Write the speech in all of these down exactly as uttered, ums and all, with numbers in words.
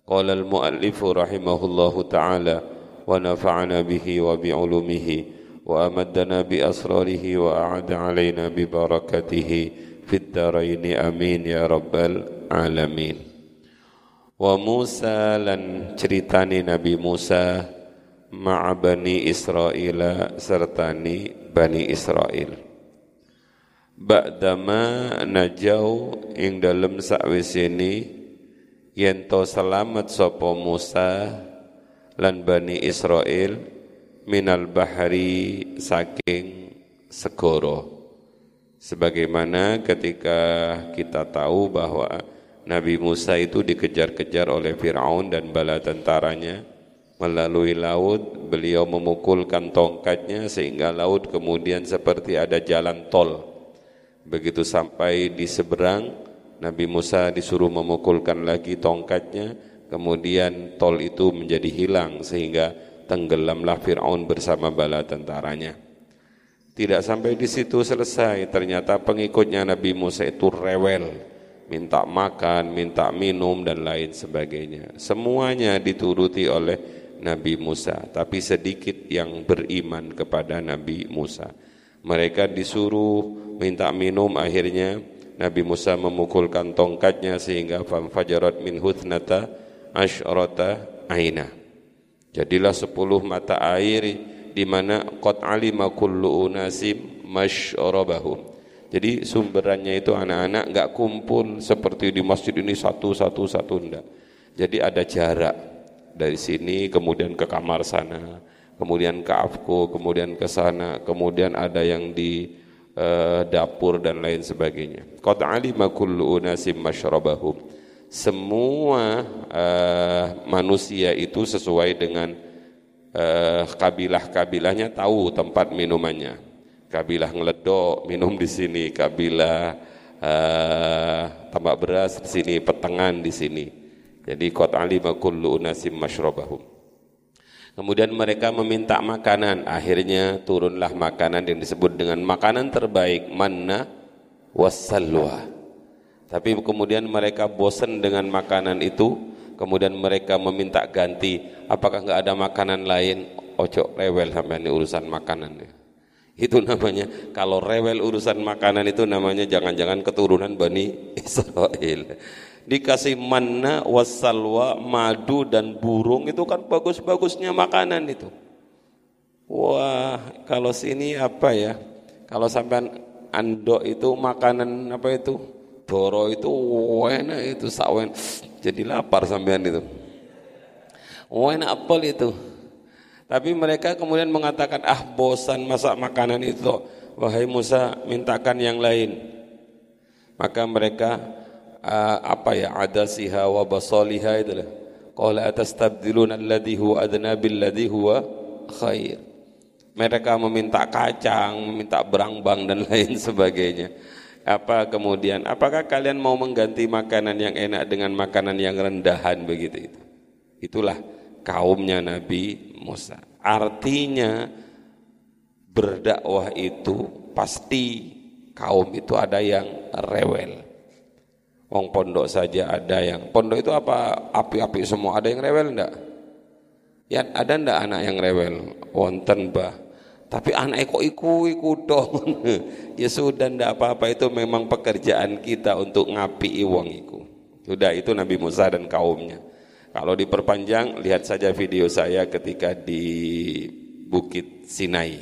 Qala al-muallifu rahimahullahu ta'ala wa nafa'ana bihi wa bi'ulumihi wa amaddana bi asrarihi wa a'ada alaina bi barakatihi fid daraini amin ya rabbal alamin. Wa Musa lan ceritani Nabi Musa ma'a bani Israila sertani bani Israil. Ba'dama najau ing dalem sakwisini yen to selamat sapa Musa lan Bani Israil minal bahri saking segara. Sebagaimana ketika kita tahu bahwa Nabi Musa itu dikejar-kejar oleh Fir'aun dan bala tentaranya melalui laut, beliau memukulkan tongkatnya sehingga laut kemudian seperti ada jalan tol. Begitu sampai di seberang, Nabi Musa disuruh memukulkan lagi tongkatnya, kemudian tol itu menjadi hilang sehingga tenggelamlah Fir'aun bersama bala tentaranya. Tidak sampai di situ selesai, ternyata pengikutnya Nabi Musa itu rewel, minta makan, minta minum dan lain sebagainya. Semuanya dituruti oleh Nabi Musa, tapi sedikit yang beriman kepada Nabi Musa. Mereka disuruh minta minum, akhirnya Nabi Musa memukulkan tongkatnya sehingga famfajarat min huthnata asyrata aina. Jadilah sepuluh mata air di mana qad alima kullu unasim masyrabahum. Jadi sumberannya itu anak-anak enggak kumpul seperti di masjid ini satu-satu satu enggak. Jadi ada jarak dari sini kemudian ke kamar sana, kemudian ke afko, kemudian ke sana, kemudian ada yang di Uh, dapur dan lain sebagainya. Qad alima kullu unasim masyrabahum. Semua uh, manusia itu sesuai dengan uh, kabilah-kabilahnya tahu tempat minumannya. Kabilah ngeledok minum di sini, kabilah uh, tambak beras di sini, petengan di sini. Jadi qad alima kullu unasim masyrabahum. Kemudian mereka meminta makanan, akhirnya turunlah makanan yang disebut dengan makanan terbaik, manna wassalwa. Tapi kemudian mereka bosan dengan makanan itu, kemudian mereka meminta ganti, apakah enggak ada makanan lain? Ojo rewel sampai ini urusan makanan. Itu namanya, kalau rewel urusan makanan itu namanya jangan-jangan keturunan Bani Israil. Dikasih manna wassalwa, madu dan burung, itu kan bagus-bagusnya makanan itu. Wah, kalau sini apa ya? Kalau sampean andok itu makanan apa itu? Doro itu enak itu sawen. Jadi lapar sampean itu. Enak apel itu. Tapi mereka kemudian mengatakan, ah bosan masak makanan itu. Wahai Musa, mintakan yang lain. Maka mereka Uh, apa ya adasiha wa basaliha itulah. Qala atastabdiluna alladhi huwa adna billadhi huwa khair. Mereka meminta kacang, meminta berangbang dan lain sebagainya. Apa kemudian, apakah kalian mau mengganti makanan yang enak dengan makanan yang rendahan begitu itu? Itulah kaumnya Nabi Musa. Artinya berdakwah itu pasti kaum itu ada yang rewel. Wong pondok saja ada yang, pondok itu apa api-api semua, ada yang rewel enggak? Ya ada enggak anak yang rewel? Wonten bah. Tapi anak kok iku-iku dong. Ya sudah enggak apa-apa, itu memang pekerjaan kita untuk ngapi wong iku. Sudah, itu Nabi Musa dan kaumnya. Kalau diperpanjang, lihat saja video saya ketika di Bukit Sinai.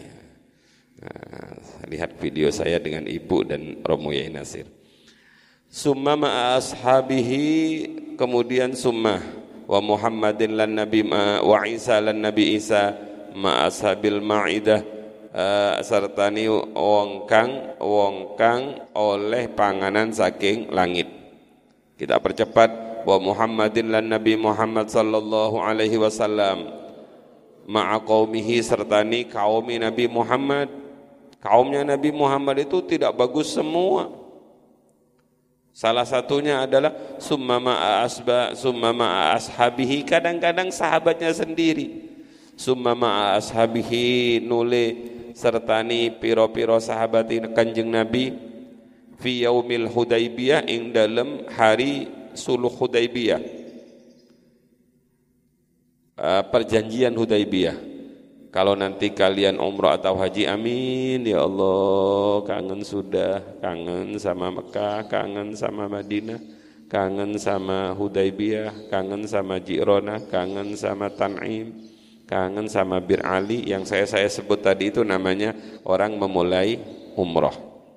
Nah, lihat video saya dengan Ibu dan Romo Yai Nasir. Summa ma'a ashabihi, kemudian summa wa Muhammadin lan Nabi wa Isa lan Nabi Isa ma'a ashabil ma'idah, uh, sertani wong kang wong kang oleh panganan saking langit. Kita percepat, wa Muhammadin lan Nabi Muhammad sallallahu alaihi wasallam ma'a qaumihi, sertani kaum Nabi Muhammad. Kaumnya Nabi Muhammad itu tidak bagus semua. Salah satunya adalah summa ma'a asba summa ma'a ashabihi, kadang-kadang sahabatnya sendiri. Summa ma'a ashabihi, nule sertani piro-piro sahabati Kanjeng Nabi fi yaumil Hudaibiyah, ing dalem hari suluh Hudaibiyah. uh, perjanjian Hudaibiyah. Kalau nanti kalian umrah atau haji, amin ya Allah, kangen sudah, kangen sama Mekah, kangen sama Madinah, kangen sama Hudaibiyah, kangen sama Ji'ronah, kangen sama Tan'im, kangen sama Bir Ali. Yang saya saya sebut tadi itu namanya orang memulai umrah.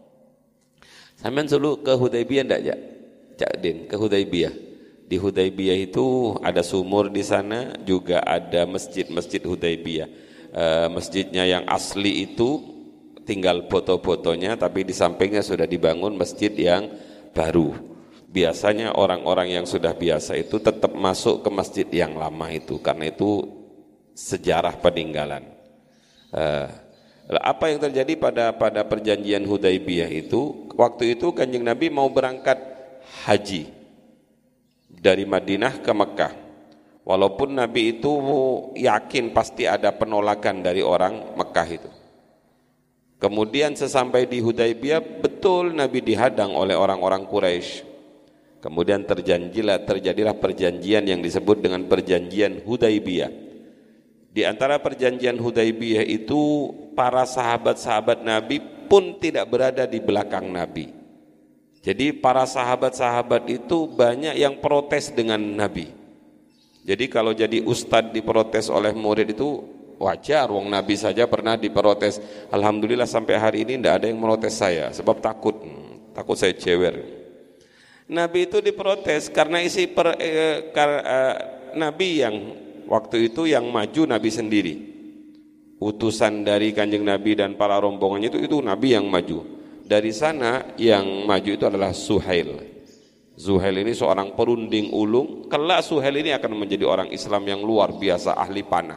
Sampean dulu ke Hudaibiyah enggak, Jak? Cak Din, ke Hudaibiyah. Di Hudaibiyah itu ada sumur di sana, juga ada masjid-masjid Hudaibiyah. Uh, masjidnya yang asli itu tinggal foto-fotonya, tapi di sampingnya sudah dibangun masjid yang baru. Biasanya orang-orang yang sudah biasa itu tetap masuk ke masjid yang lama itu, karena itu sejarah peninggalan. Uh, apa yang terjadi pada pada perjanjian Hudaibiyah itu? Waktu itu Kanjeng Nabi mau berangkat haji dari Madinah ke Mekah. Walaupun Nabi itu yakin pasti ada penolakan dari orang Mekah itu. Kemudian sesampai di Hudaibiyah, betul Nabi dihadang oleh orang-orang Quraisy. Kemudian terjanjilah, terjadilah perjanjian yang disebut dengan perjanjian Hudaibiyah. Di antara perjanjian Hudaibiyah itu, para sahabat-sahabat Nabi pun tidak berada di belakang Nabi. Jadi para sahabat-sahabat itu banyak yang protes dengan Nabi. Jadi kalau jadi ustadz diprotes oleh murid itu wajar, wong Nabi saja pernah diprotes. Alhamdulillah sampai hari ini tidak ada yang merotes saya, sebab takut, takut saya jewer. Nabi itu diprotes karena isi per, eh, kar, eh, Nabi yang waktu itu yang maju Nabi sendiri. Utusan dari Kanjeng Nabi dan para rombongannya itu itu Nabi yang maju. Dari sana yang maju itu adalah Suhail. Zuhail ini seorang perunding ulung. Kelak Zuhail ini akan menjadi orang Islam yang luar biasa, ahli panah.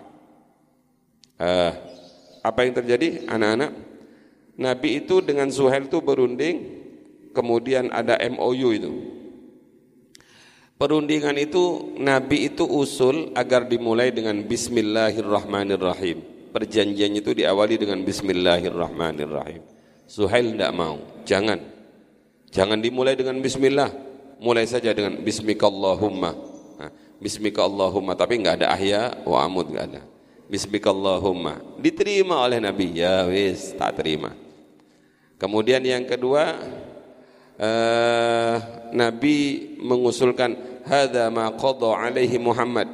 Uh, apa yang terjadi anak-anak? Nabi itu dengan Zuhail itu berunding, kemudian ada M O U itu. Perundingan itu Nabi itu usul agar dimulai dengan Bismillahirrahmanirrahim. Perjanjiannya itu diawali dengan Bismillahirrahmanirrahim. Zuhail tidak mau, jangan, jangan dimulai dengan Bismillah. Mulai saja dengan Bismikallahumma. Nah, Bismikallahumma, tapi enggak ada ahya wa amud, enggak ada. Bismikallahumma. Diterima oleh Nabi. Ya wis, tak terima. Kemudian yang kedua, uh, Nabi mengusulkan hadza ma qada alaihi Muhammad.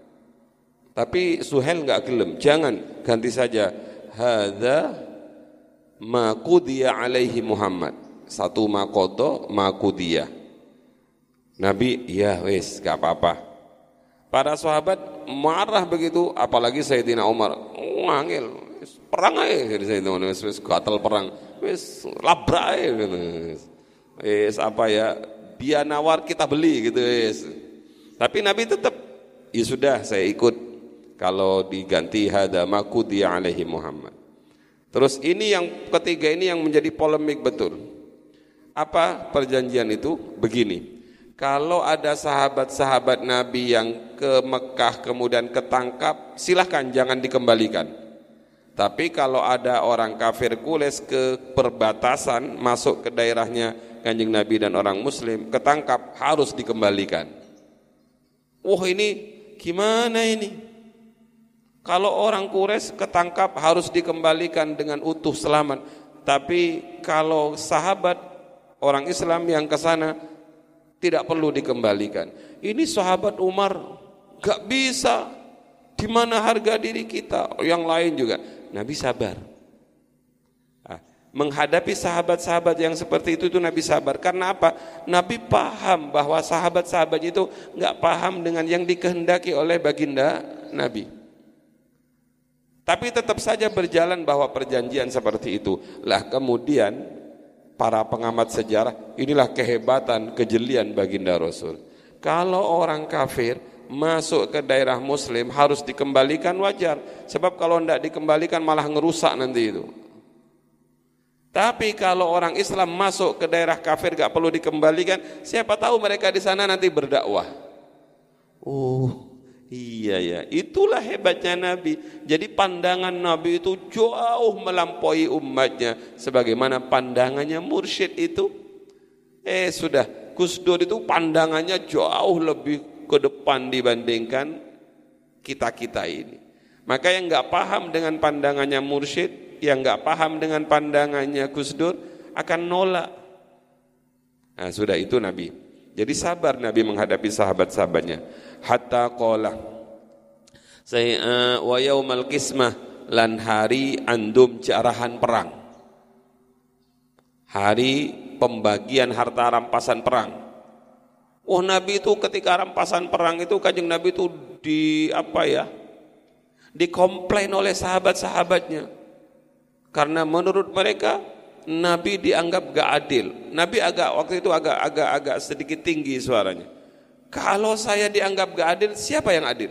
Tapi Suhail enggak gelem. Jangan, ganti saja hadza ma qudiya alaihi Muhammad. Satu ma qada, ma qudiya. Nabi, ya wis, gak apa-apa. Para sahabat marah begitu, apalagi Sayyidina Umar. Ngangil, perang aja Sayyidina Umar, wis gatel perang, wis labrak aja gitu. Wis apa ya, dia nawar kita beli gitu wis. Tapi Nabi tetap, ya sudah saya ikut kalau diganti hadza ma qudiya alaihi Muhammad. Terus ini yang ketiga ini yang menjadi polemik betul. Apa perjanjian itu? Begini. Kalau ada sahabat-sahabat Nabi yang ke Mekah kemudian ketangkap, silahkan jangan dikembalikan. Tapi kalau ada orang kafir Quraisy ke perbatasan masuk ke daerahnya Kanjeng Nabi dan orang Muslim, ketangkap harus dikembalikan. Wah ini gimana ini? Kalau orang Quraisy ketangkap harus dikembalikan dengan utuh selamat. Tapi kalau sahabat orang Islam yang ke sana tidak perlu dikembalikan. Ini sahabat Umar gak bisa. Di mana harga diri kita? Yang lain juga. Nabi sabar. Nah, menghadapi sahabat-sahabat yang seperti itu itu Nabi sabar. Karena apa? Nabi paham bahwa sahabat-sahabat itu gak paham dengan yang dikehendaki oleh baginda Nabi. Tapi tetap saja berjalan bahwa perjanjian seperti itu. Lah kemudian para pengamat sejarah, inilah kehebatan, kejelian baginda Rasul. Kalau orang kafir masuk ke daerah Muslim harus dikembalikan, wajar. Sebab kalau tidak dikembalikan malah ngerusak nanti itu. Tapi kalau orang Islam masuk ke daerah kafir gak perlu dikembalikan, siapa tahu mereka di sana nanti berdakwah. Oh iya ya, itulah hebatnya Nabi. Jadi pandangan Nabi itu jauh melampaui umatnya. Sebagaimana pandangannya mursyid itu. Eh sudah, Gus Dur itu pandangannya jauh lebih ke depan dibandingkan kita-kita ini. Maka yang enggak paham dengan pandangannya mursyid, yang enggak paham dengan pandangannya Gus Dur akan nolak. Nah, sudah itu Nabi. Jadi sabar Nabi menghadapi sahabat-sahabatnya. Hatta qala saya uh, wa yaumal qismah lan hari andum jarahan perang. Hari pembagian harta rampasan perang. Oh Nabi itu ketika rampasan perang itu Kanjeng Nabi itu di apa ya? Dikomplain oleh sahabat-sahabatnya. Karena menurut mereka Nabi dianggap gak adil. Nabi agak waktu itu agak agak agak sedikit tinggi suaranya. Kalau saya dianggap gak adil, siapa yang adil?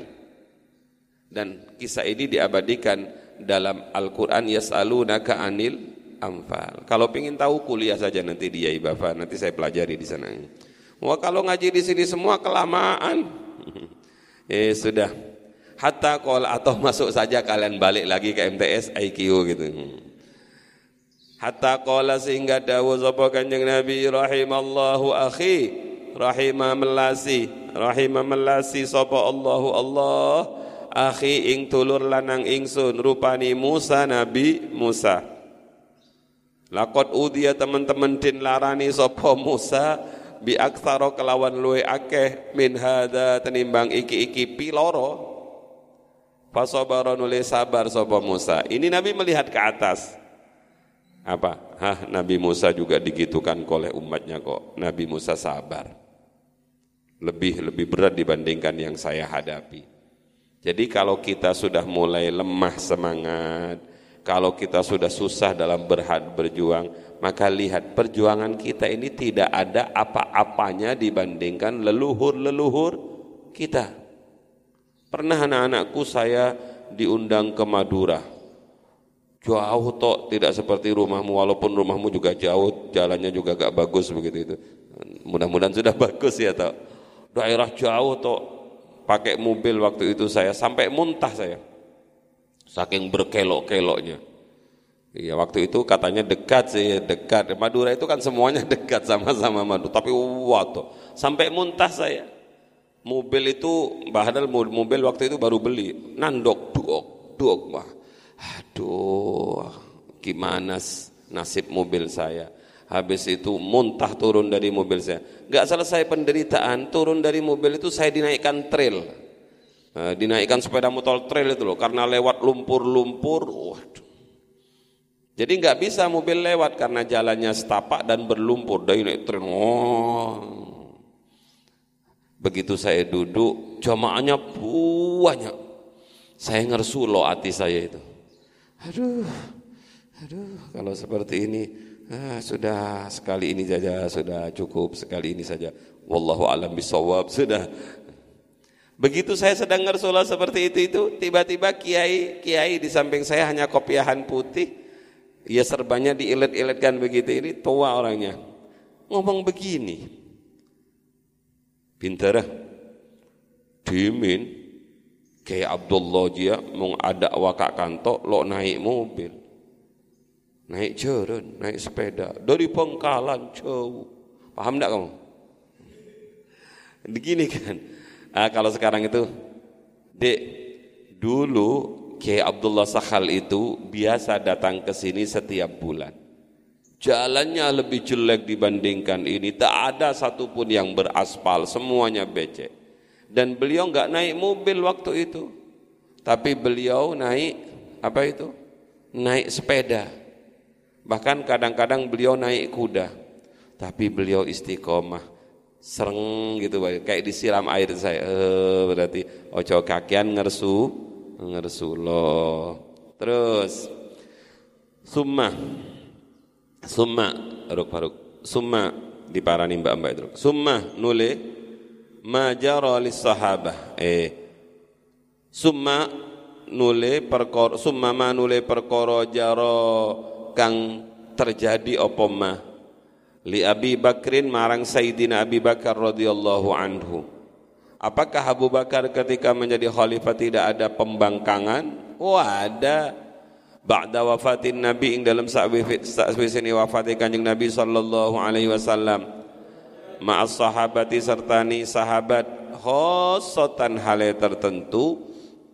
Dan kisah ini diabadikan dalam Al-Quran, yas'alunaka anil anfal. Kalau ingin tahu kuliah saja nanti di Yai Bafa, nanti saya pelajari di sana. Wah kalau ngaji di sini semua kelamaan. eh sudah. Hatta qala atau masuk saja kalian balik lagi ke M T S I Q gitu. Hatta qala sehingga dawuh sapa Kanjeng Nabi rahimallahu akhi, rahimah melasi, rahimah melasi sapa Allahu Allah akhi ing tulur lanang ingsun rupani Musa Nabi Musa. Laqad udiya teman-teman din larani sapa Musa bi aktsara kelawan luwe akeh min hadza tenimbang iki-iki piloro. Fasabara nulis sabar sapa Musa. Ini Nabi melihat ke atas. Apa? Hah, Nabi Musa juga digitukan oleh umatnya kok. Nabi Musa sabar. Lebih lebih berat dibandingkan yang saya hadapi. Jadi kalau kita sudah mulai lemah semangat, kalau kita sudah susah dalam berhad berjuang, maka lihat perjuangan kita ini tidak ada apa-apanya dibandingkan leluhur-leluhur kita. Pernah anak-anakku saya diundang ke Madura. Jauh toh, tidak seperti rumahmu, walaupun rumahmu juga jauh, jalannya juga gak bagus begitu itu. Mudah-mudahan sudah bagus ya toh. Daerah jauh toh, pakai mobil waktu itu saya sampai muntah saya. Saking berkelok-keloknya. Iya, waktu itu katanya dekat sih, dekat. Madura itu kan semuanya dekat sama-sama Madura, tapi waktu sampai muntah saya. Mobil itu, padahal mobil waktu itu baru beli, nandok, duok, duok, wah, aduh, gimana nasib mobil saya. Habis itu muntah turun dari mobil saya. Gak selesai penderitaan, turun dari mobil itu saya dinaikkan trail, nah, dinaikkan sepeda motor trail itu loh, karena lewat lumpur-lumpur, waduh. Jadi gak bisa mobil lewat karena jalannya setapak dan berlumpur, dari naik trail, oh. Begitu saya duduk, jamaahnya banyak. Saya ngersulo hati saya itu. Aduh, aduh, kalau seperti ini, ah, sudah sekali ini saja, sudah cukup sekali ini saja. Wallahu a'lam bishawab, sudah. Begitu saya sedang ngersulo seperti itu, itu tiba-tiba kiai, kiai di samping saya hanya kopiahan putih, ya serbanya diilet-iletkan begitu, ini tua orangnya. Ngomong begini. Pintar dimin kayak Abdullah dia mau ada wakak kanto lo naik mobil, naik jalan, naik sepeda dari Bangkalan jauh. Paham enggak kamu? Begini kan. Ah, kalau sekarang itu, Dek, dulu Kiai Abdullah Sakhal itu biasa datang ke sini setiap bulan. Jalannya lebih jelek dibandingkan ini, tak ada satupun yang beraspal, semuanya becek. Dan beliau enggak naik mobil waktu itu, tapi beliau naik apa itu? Naik sepeda. Bahkan kadang-kadang beliau naik kuda, tapi beliau istiqomah, sereng gitu, kayak disiram air saya. Eh, berarti ojo kakian ngersu, ngersu loh. Terus, summa. Summa ruk faruk summa diparani mbak-mbak itu summa nule majara lis sahabah eh summa nule perkara summa ma nule perkara jara kang terjadi apa mah li Abi Bakrin marang Sayyidina Abi Bakar radhiyallahu anhu. Apakah Abu Bakar ketika menjadi khalifah tidak ada pembangkangan? Oh ada. Ba'da wafatin Nabi ing dalam sakwise wafati Kanjeng Nabi sallallahu alaihi wasallam ma'as sahabati sertani sahabat khosotan hale tertentu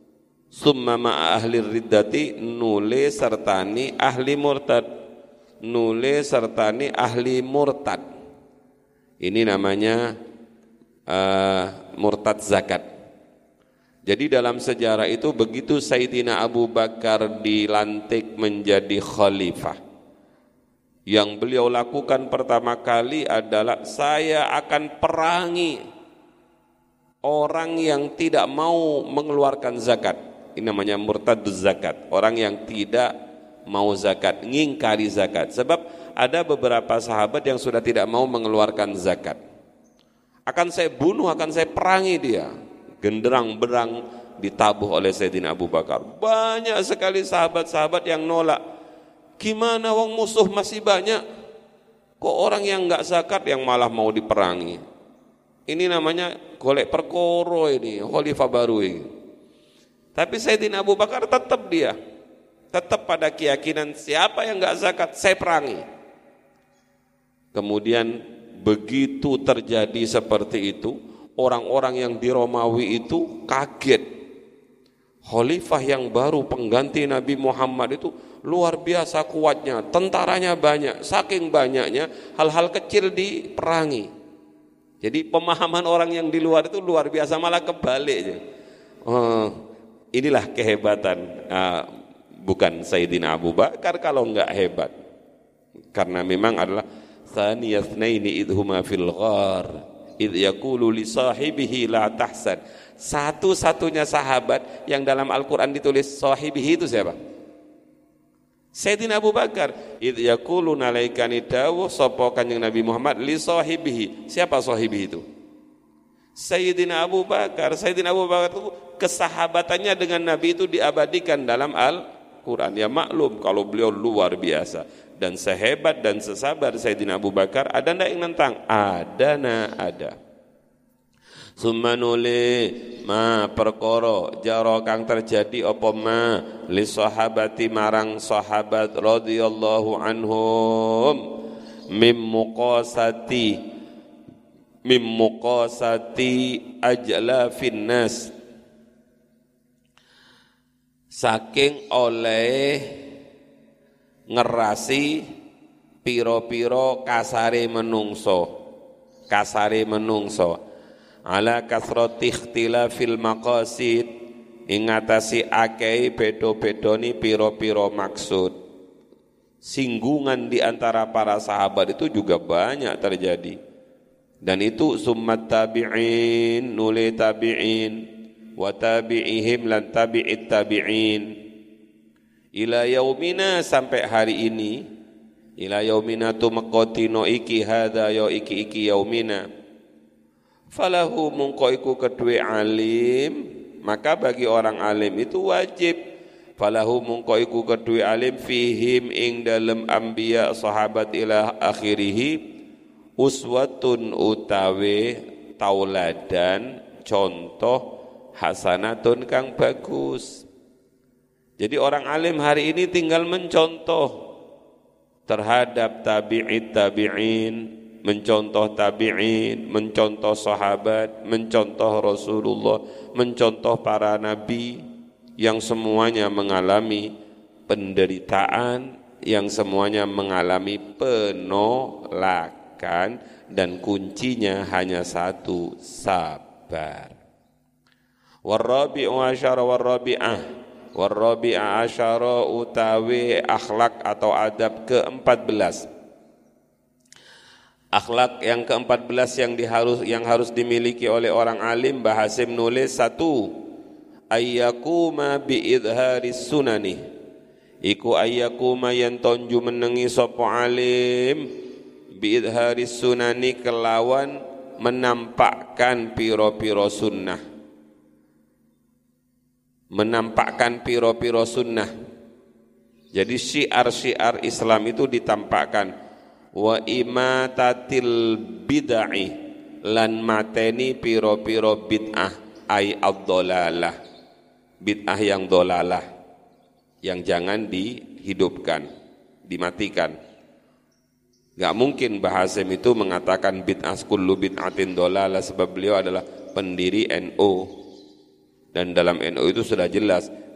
summa ma'a ahli riddati nule sertani ahli murtad, nule sertani ahli murtad. Ini namanya uh, murtad zakat. Jadi dalam sejarah itu begitu Sayyidina Abu Bakar dilantik menjadi khalifah, yang beliau lakukan pertama kali adalah saya akan perangi orang yang tidak mau mengeluarkan zakat. Ini namanya murtaduz zakat, orang yang tidak mau zakat, ngingkari zakat. Sebab ada beberapa sahabat yang sudah tidak mau mengeluarkan zakat. Akan saya bunuh, akan saya perangi dia. Genderang-berang ditabuh oleh Sayyidina Abu Bakar. Banyak sekali sahabat-sahabat yang nolak. Gimana wong musuh masih banyak? Kok orang yang enggak zakat yang malah mau diperangi? Ini namanya golek perkoro ini, khalifah baru ini. Tapi Sayyidina Abu Bakar tetap dia, tetap pada keyakinan siapa yang enggak zakat, saya perangi. Kemudian begitu terjadi seperti itu, orang-orang yang di Romawi itu kaget. Khalifah yang baru pengganti Nabi Muhammad itu luar biasa kuatnya, tentaranya banyak, saking banyaknya hal-hal kecil diperangi. Jadi pemahaman orang yang di luar itu luar biasa, malah kebaliknya. Oh, inilah kehebatan uh, bukan Sayyidina Abu Bakar kalau enggak hebat, karena memang adalah tsaniyasnaini idhuma fil ghar idh yaqulu li sahibihi la tahsan. Satu-satunya sahabat yang dalam Al-Qur'an ditulis sahibihi itu siapa? Sayyidina Abu Bakar. Idh yaqulu nalaikani dawuh sapa Kanjeng Nabi Muhammad li sahibihi. Siapa sahibihi itu? Sayyidina Abu Bakar. Sayyidina Abu Bakar itu kesahabatannya dengan Nabi itu diabadikan dalam Al-Qur'an. Ya maklum kalau beliau luar biasa dan sehebat dan sesabar Sayyidina Abu Bakar, ada ndak yang nentang? Ada, na ada. Summa nuli ma perkara jara kang terjadi apa ma li sahabati marang sahabat radhiyallahu anhum mim muqasati mim muqasati ajlafin nas, saking oleh ngerasi piro-piro kasare menungso, kasare menungso ala kasrati ikhtilafil maqasid, ingatasi akei bedo-bedoni piro-piro maksud. Singgungan di antara para sahabat itu juga banyak terjadi, dan itu summat tabi'in nuli tabi'in wa tabi'ihim lan tabi'it tabi'in ila yaumina, sampai hari ini. Ila yaumina tu maqatino iki hadha yo iki iki yaumina. Falahu mungkoiku kedue alim, maka bagi orang alim itu wajib. Falahu mungkoiku kedue alim fihim ing dalem anbiya sahabat ila akhirih uswatun utawe tauladan contoh hasanatun kang bagus. Jadi orang alim hari ini tinggal mencontoh terhadap tabi'it tabi'in, mencontoh tabi'in, mencontoh sahabat, mencontoh Rasulullah, mencontoh para nabi yang semuanya mengalami penderitaan, yang semuanya mengalami penolakan, dan kuncinya hanya satu, sabar. Warrabi'u asyara warrabi'ah, warrabi'ah asyara utawi akhlak atau adab keempat belas. Akhlak yang keempat belas yang diharus yang harus dimiliki oleh orang alim, Mbah Hasim nulis satu, ayyakuma biidharis sunani, iku ayyakuma yang tonju menengi sopo alim biidharis sunani kelawan menampakkan piro-piro sunnah, menampakkan piro-piro sunnah. Jadi syiar-syiar Islam itu ditampakkan. Wa imatatil bid'ah, lan mateni piro-piro bid'ah, ay ad-dhalalah, bid'ah yang dhalalah, yang jangan dihidupkan, dimatikan. Gak mungkin Mbah Hasim itu mengatakan bid'ah kullu bid'atin dhalalah, sebab beliau adalah pendiri N U, dan dalam N U itu sudah jelas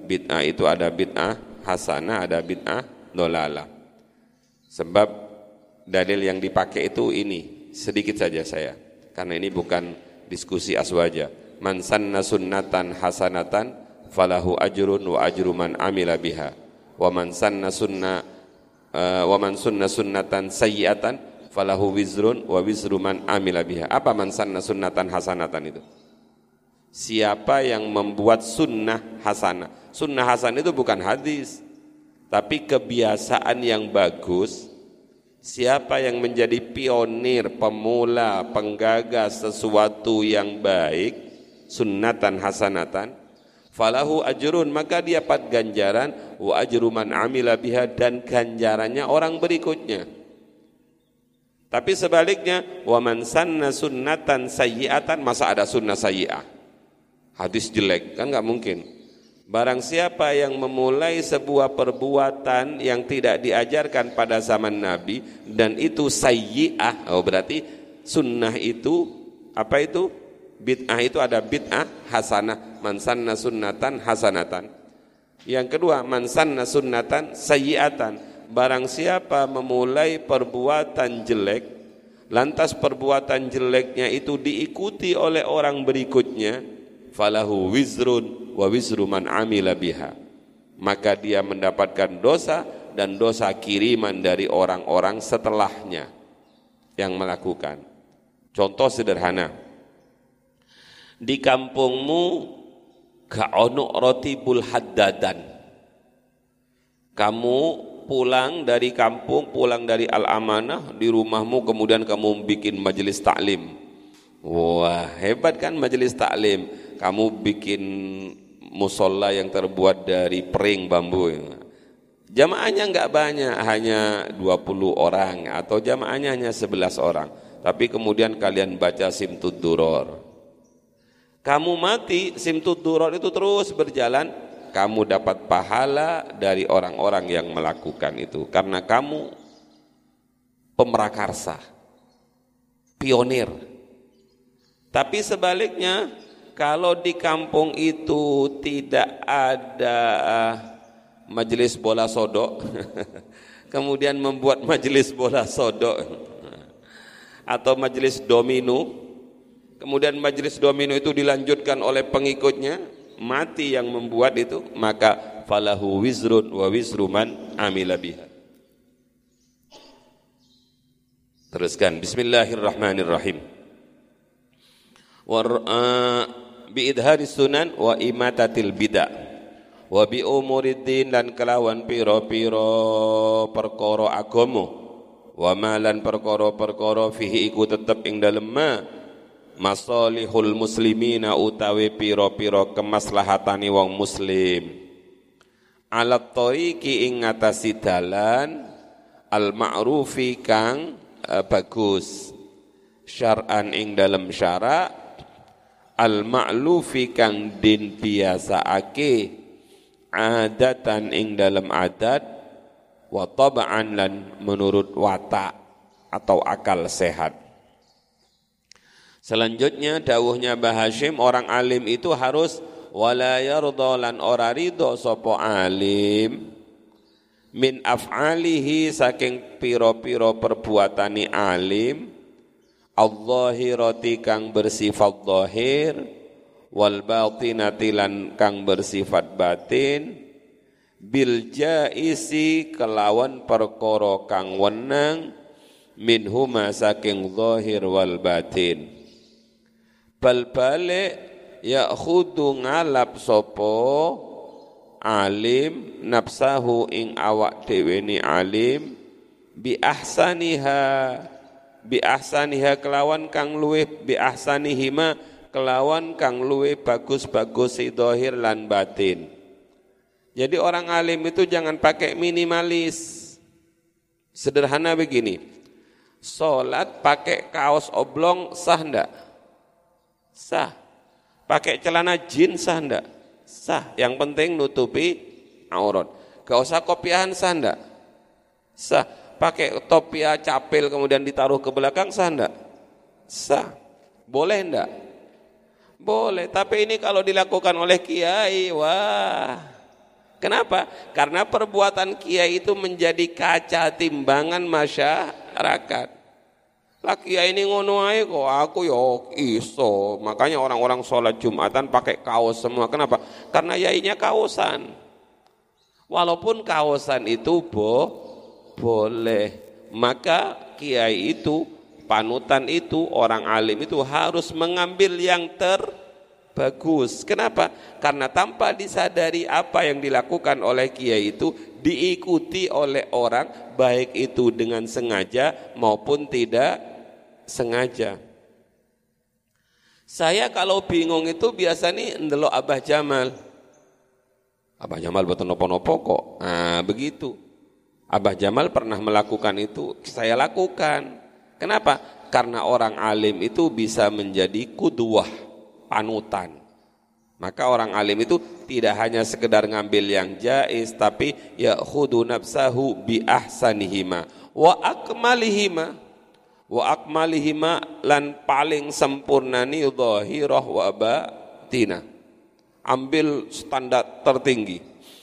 bid'ah itu ada bid'ah hasanah, ada bid'ah dolalah. Sebab dalil yang dipakai itu ini, sedikit saja saya, karena ini bukan diskusi aswaja. Man sanna sunnatan hasanatan falahu ajrun wa ajru man amila biha. Wa man sanna sunna uh, wa man sunna sunnatan sayyi'atan falahu wizrun wa wizru man amila biha. Apa man sanna sunnatan hasanatan itu? Siapa yang membuat sunnah hasanah. Sunnah hasanah itu bukan hadis, tapi kebiasaan yang bagus. Siapa yang menjadi pionir, pemula, penggagas sesuatu yang baik, sunnatan hasanatan, falahu ajrun, maka dia dapat ganjaran, wa ajru man amila biha, dan ganjarannya orang berikutnya. Tapi sebaliknya, wa man sanna sunnatan sayyi'atan, masa ada sunnah sayyi'ah? Hadis jelek, kan enggak mungkin. Barang siapa yang memulai sebuah perbuatan yang tidak diajarkan pada zaman Nabi dan itu sayyi'ah, oh berarti sunnah itu apa itu? Bid'ah itu ada bid'ah hasanah, man sanna sunnatan hasanatan. Yang kedua, man sanna sunnatan sayyi'atan, barang siapa memulai perbuatan jelek lantas perbuatan jeleknya itu diikuti oleh orang berikutnya, falahu wizrun wa wizru man amila biha, maka dia mendapatkan dosa dan dosa kiriman dari orang-orang setelahnya yang melakukan. Contoh sederhana, di kampungmu gak ono rotibul haddadan, kamu pulang dari kampung, pulang dari Al-Amanah, di rumahmu kemudian kamu bikin majelis taklim. Wah, hebat kan majelis taklim. Kamu bikin musola yang terbuat dari pering bambu. Jamaahnya enggak banyak, hanya dua puluh orang, atau jamaahnya hanya sebelas orang. Tapi kemudian kalian baca Simtud Duror. Kamu mati, Simtud Duror itu terus berjalan, kamu dapat pahala dari orang-orang yang melakukan itu. Karena kamu pemrakarsa, pionir. Tapi sebaliknya, kalau di kampung itu tidak ada majelis bola sodok, kemudian membuat majelis bola sodok atau majelis domino, kemudian majelis domino itu dilanjutkan oleh pengikutnya, mati yang membuat itu, maka falahu wizrun wa wizru man amila biha. Teruskan, bismillahirrahmanirrahim. War uh, bi idharis sunan wa imatatil bid'ah wa bi umuriddin, dan kelawan piro-piro perkara agama, wa malan perkara-perkara fihi iku tetep ing dalem ma masalihul muslimina utawi piro-piro kemaslahatane wong muslim, alat tariqi ing ngatasi dalan al ma'rufi kang uh, bagus, syar'an ing dalem syara', al-ma'lufi kang din biasaake, adatan ing dalam adat, wa tab'an lan menurut watak atau akal sehat. Selanjutnya dawuhnya Mbah Hasyim, orang alim itu harus wala yarda lan ora ridho sapa alim min af'alihi saking pira-pira perbuatane alim, al-zahirati kang bersifat zahir, wal batinati lan kang bersifat batin, bil jaisi kelawan perkara kang wenang, minhuma saking zahir wal batin. Bal balik ya'khudu ngalap sopo alim nafsahu ing awak dhewe ni alim bi ahsaniha, bi ahsaniha kelawan kang luwih, bi ahsanihima kelawan kang luwih bagus-bagus zahir lan batin. Jadi orang alim itu jangan pakai minimalis. Sederhana begini, sholat pakai kaos oblong sah enggak? Sah. Pakai celana jeans sah enggak? Sah. Yang penting nutupi aurat. Gak usah kopiahan sah enggak? Sah. Pakai topia capil kemudian ditaruh ke belakang sah enggak? Sah. Boleh enggak? Boleh. Tapi ini kalau dilakukan oleh kiai, wah, Kenapa? Karena perbuatan kiai itu menjadi kaca timbangan masyarakat. Lah kiai ini ngono ae kok, aku yo iso. Makanya orang-orang sholat Jumatan pakai kaos semua. Kenapa? Karena yainya kaosan. Walaupun kaosan itu bo, boleh, maka kiai itu, panutan itu, orang alim itu harus mengambil yang terbagus. Kenapa? Karena tanpa disadari apa yang dilakukan oleh kiai itu diikuti oleh orang, baik itu dengan sengaja maupun tidak sengaja. Saya kalau bingung itu biasa nih ndelok Abah Jamal. Abah Jamal boten nopo-nopo kok. Nah, begitu. Abah Jamal pernah melakukan itu, saya lakukan. Kenapa? Karena orang alim itu bisa menjadi qudwah, panutan. Maka orang alim itu tidak hanya sekedar ngambil yang jaiz, tapi ya khudu nafsahu bi ahsanihima wa akmalihima. Wa akmalihima lan paling sempurnani zahirah wa batinah. Ambil standar tertinggi.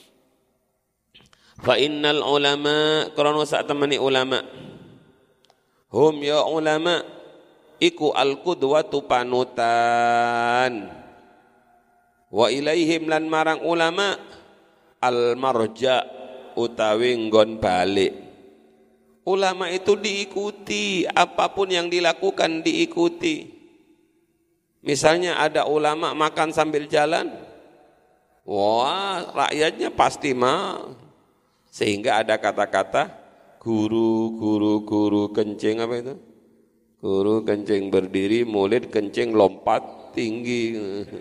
Fa innal ulama, karena saat temani ulama, hum ya ulama iku al-qudwatu panutan, wa ilaihim lan marang ulama al-marja utawi nggon balik. Ulama itu diikuti, apapun yang dilakukan diikuti. Misalnya ada ulama makan sambil jalan, wah rakyatnya pasti mau. Sehingga ada kata-kata guru, guru, guru kencing apa itu? Guru kencing berdiri, murid kencing lompat tinggi.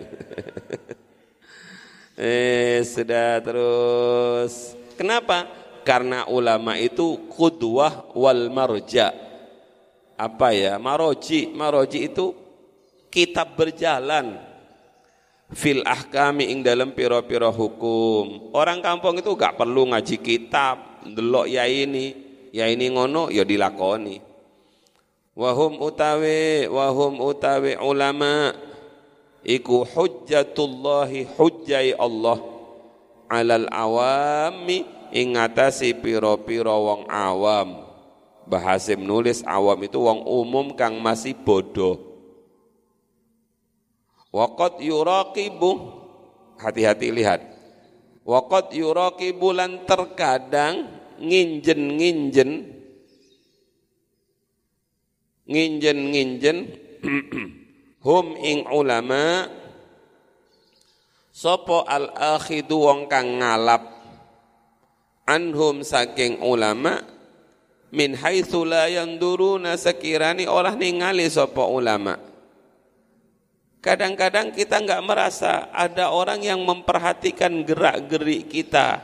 eh sudah terus. Kenapa? Karena ulama itu qudwah wal marja. Apa ya? Maroji, maroji itu kitab berjalan. Fil ahkami ing dalam piro-piro hukum. Orang kampung itu gak perlu ngaji kitab, ndelok ya ini, ya ini ngono ya dilakoni. Wahum utawi, wahum utawi ulama iku hujjatullahi hujjai Allah alal awami ing ngatasi piro-piro wong awam. Bahasim nulis awam itu wong umum kang masih bodoh. Waqad yuraqibu, hati-hati lihat. Waqad yuraqibu lan terkadang nginjen-nginjen nginjen-nginjen hum ing ulama sapa al-akhidu wong kang ngalap anhum saking ulama min haitsu la yanduruna sekirani olah ningali sapa ulama. Kadang-kadang kita enggak merasa ada orang yang memperhatikan gerak-gerik kita.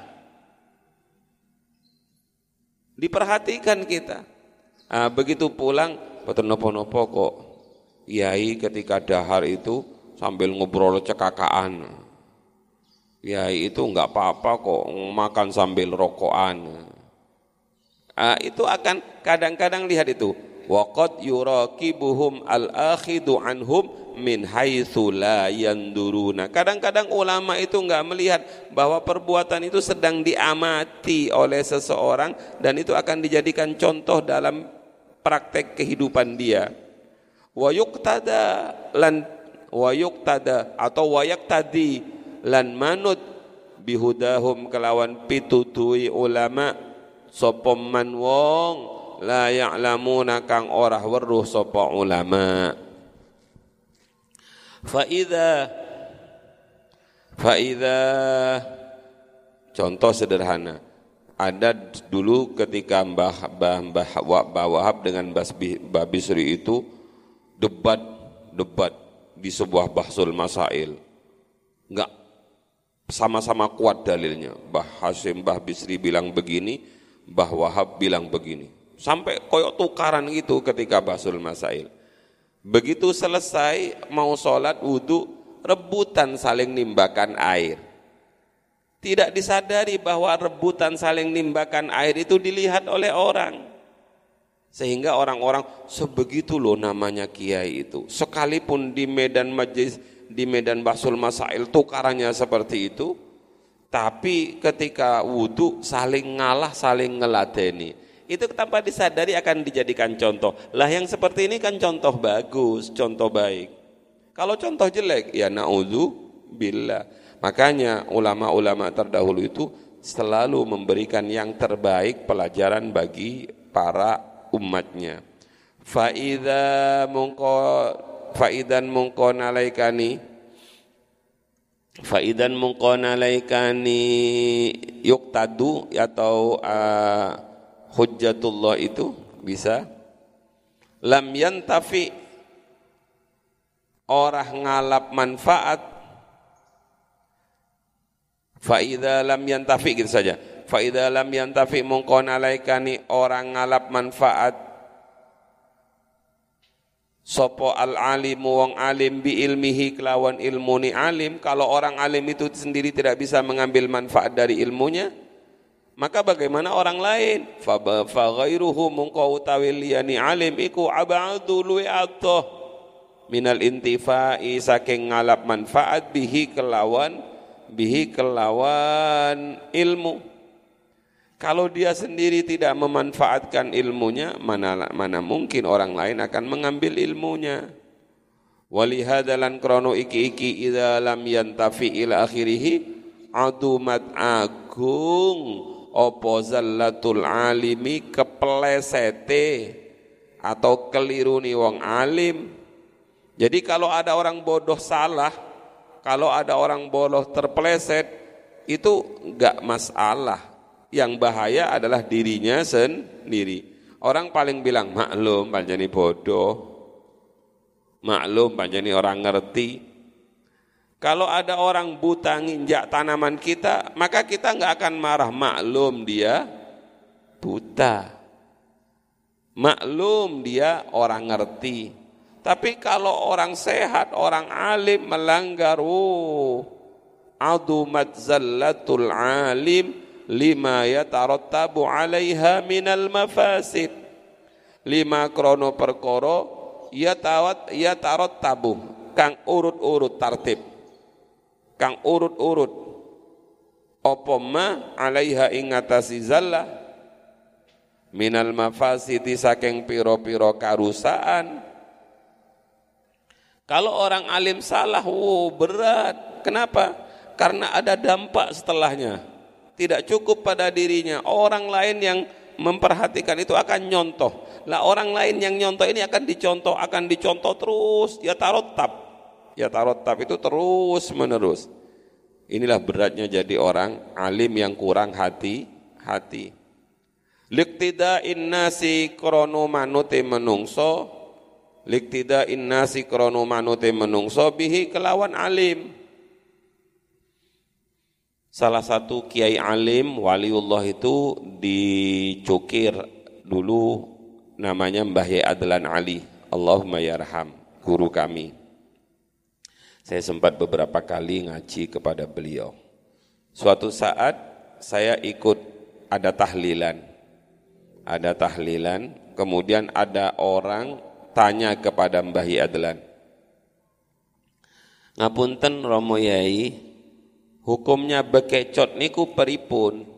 Diperhatikan kita. Nah, begitu pulang, boten nopo-nopo kok. Yai ketika dahar itu sambil ngobrol cekakaan. Yai itu enggak apa-apa kok makan sambil rokokan. Nah, itu akan kadang-kadang lihat itu. Waqad yuraqibuhum al-akhidu anhum min haitsu la yanduruna. Kadang-kadang ulama itu enggak melihat bahwa perbuatan itu sedang diamati oleh seseorang dan itu akan dijadikan contoh dalam praktek kehidupan dia. Wa yuqtada lan wa yuqtada atau wa yaqtadi lan manut bihudahum kelawan pitutuhi ulama sapa man wong la ya'lamuna kang ora weruh sapa ulama. Faida faida contoh sederhana, ada dulu ketika Mbah Mbah Mbah Wahab dengan Mbah Bisri itu debat debat di sebuah bahsul masail, enggak sama-sama kuat dalilnya. Mbah Hasim Mbah Bisri bilang begini, Mbah Wahab bilang begini, sampai koyok tukaran gitu ketika bahsul masail. Begitu selesai mau sholat wudu, rebutan saling nimbakan air. Tidak disadari bahwa rebutan saling nimbakan air itu dilihat oleh orang. Sehingga orang-orang sebegitu loh namanya kiai itu. Sekalipun di medan majlis, di medan bahsul masail tukarannya seperti itu, Tapi ketika wudu saling ngalah, saling ngeladeni. Itu tanpa disadari akan dijadikan contoh. Lah yang seperti ini kan contoh bagus, contoh baik. Kalau contoh jelek, ya na'udzubillah. Makanya ulama-ulama terdahulu itu selalu memberikan yang terbaik pelajaran bagi para umatnya. Fa'idha mungko fa'idan mungko nalaikani fa'idan mungko nalaikani yuktadu atau uh, hujjatullah itu bisa lam yantafi orang ngalap manfaat fa'idha lam yantafi gitu saja fa'idha lam yantafi mungko nalaikani orang ngalap manfaat sopo al-alimu wong alim bi ilmihi kelawan ilmu ni alim. Kalau orang alim itu sendiri tidak bisa mengambil manfaat dari ilmunya, maka bagaimana orang lain? Fa ghairuhu mungko utawi liyani alim iku abadu luwi atoh minal intifai saking ngalap manfaat bihi kelawan bihi kelawan ilmu. Kalau dia sendiri tidak memanfaatkan ilmunya, mana mana mungkin orang lain akan mengambil ilmunya. Walihadalan krono iki-iki idza lam yantafi ila akhirih adumat agung opo zallatul alimi keplesete atau keliruni wong alim. Jadi kalau ada orang bodoh salah, kalau ada orang bodoh terpeleset, itu enggak masalah. Yang bahaya adalah dirinya sendiri. Orang paling bilang maklum panjani bodoh, maklum panjani orang ngerti. Kalau ada orang buta nginjak tanaman kita, maka kita enggak akan marah, maklum dia buta, maklum dia orang ngerti. Tapi kalau orang sehat, orang alim melanggar, oh, adumat zallatul alim lima yatarattabu alaiha minal mafasid. Lima krono perkoro yatawat yatarattabu kang urut-urut tartib, kang urut-urut apa ma alaiha ingatasi zallah minal mafasidi saking piro-piro karusaan. Kalau orang alim salah, wow, berat. Kenapa? Karena ada dampak setelahnya. Tidak cukup pada dirinya, orang lain yang memperhatikan itu akan nyontoh. Lah orang lain yang nyontoh ini akan dicontoh, akan dicontoh terus, ya tarottab. Ya tarottab itu terus menerus. Inilah beratnya jadi orang alim yang kurang hati-hati. Liqtida'in nasi krono manute menungso, liqtida'in nasi krono manute menungso bihi kelawan alim. Salah satu kiai alim waliullah itu dicukir dulu, namanya Mbah Yai Adlan Ali, Allahumma yarham, guru kami. Saya sempat beberapa kali ngaji kepada beliau. Suatu saat saya ikut ada tahlilan, ada tahlilan, kemudian ada orang tanya kepada Mbah Yai Adlan, ngapunten Romo Yai, hukumnya bekecot niku peripun?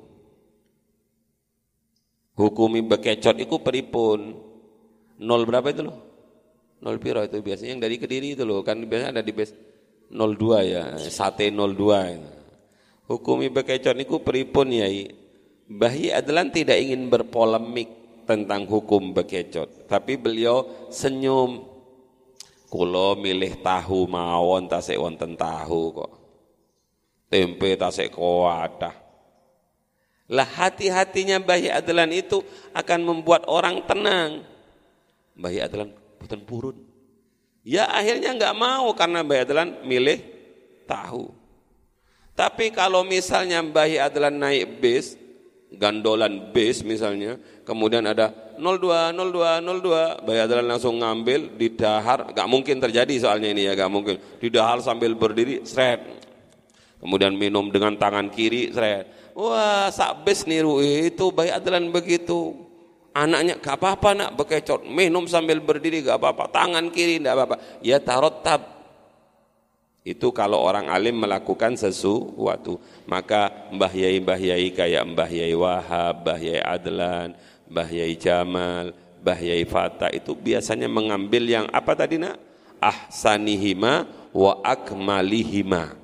Hukumi bekecot niku peripun? Nol berapa itu loh? Nol piro itu biasanya yang dari Kediri itu loh, kan biasanya ada di base nol dua ya, sate nol dua. Hukumi bekecot niku peripun Yai? Mbah Yai Adlan tidak ingin berpolemik tentang hukum bekecot, tapi beliau senyum. Kulo milih tahu mawon tasik wonten tahu kok. Tempe tasik kuwadah. Lah hati-hatinya Mbah Yai Adlan itu akan membuat orang tenang. Mbah Yai Adlan boten purun. Ya akhirnya enggak mau karena Mbah Yai Adlan milih tahu. Tapi kalau misalnya Mbah Yai Adlan naik bis, gandolan bis misalnya, kemudian ada nol dua nol dua nol dua, Mbah Yai Adlan langsung ngambil didahar, enggak mungkin terjadi soalnya ini ya, enggak mungkin. Didahar sambil berdiri, sret. Kemudian minum dengan tangan kiri, seret. Wah, sak bes niru itu Mbah Yai Adlan begitu. Anaknya gak apa-apa nak bekecot, minum sambil berdiri gak apa-apa, tangan kiri gak apa-apa. Ya tarottab. Itu kalau orang alim melakukan sesuatu. Maka Mbah Yai Mbah Yai kayak Mbah Yai Wahab, Mbah Yai Adlan, Mbah Yai Jamal, Mbah Yai Fatah itu biasanya mengambil yang apa tadi nak? Ahsanihima wa akmalihima.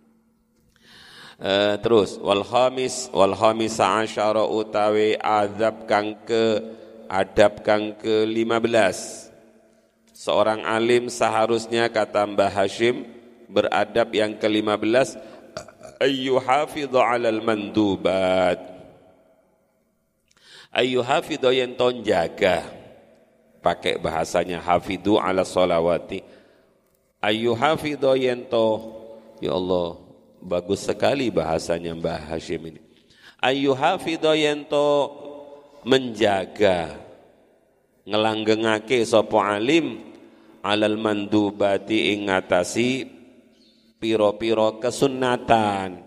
Uh, terus wal khamis wal khamis asyara utawi adab kang ke adab kang ke lima belas. Seorang alim seharusnya kata Mbah Hashim beradab yang ke lima belas ayyu hafidhu 'alal mandubat. Ayyu hafidhu yen ton jaga. Pakai bahasanya hafidhu 'ala sholawati. Ayyu hafidhu yen to ya Allah bagus sekali bahasanya Mbah Hashim ini. Ayyu hafidho yento menjaga ngelanggengake sapa alim alal mandubati ing ngatasi piro-piro kesunnatan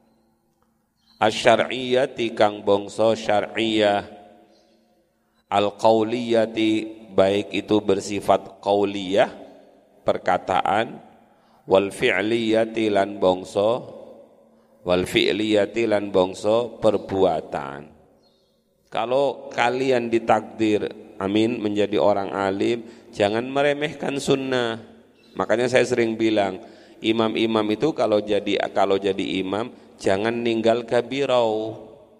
asyariyati kang bangsa syar'iyah al-qauliyati baik itu bersifat qauliyah perkataan wal fi'liyati lan bangsa wal fi'liyati lan bangsa perbuatan. Kalau kalian ditakdir amin menjadi orang alim, jangan meremehkan sunnah. Makanya saya sering bilang, imam-imam itu kalau jadi kalau jadi imam jangan ninggal kabirau.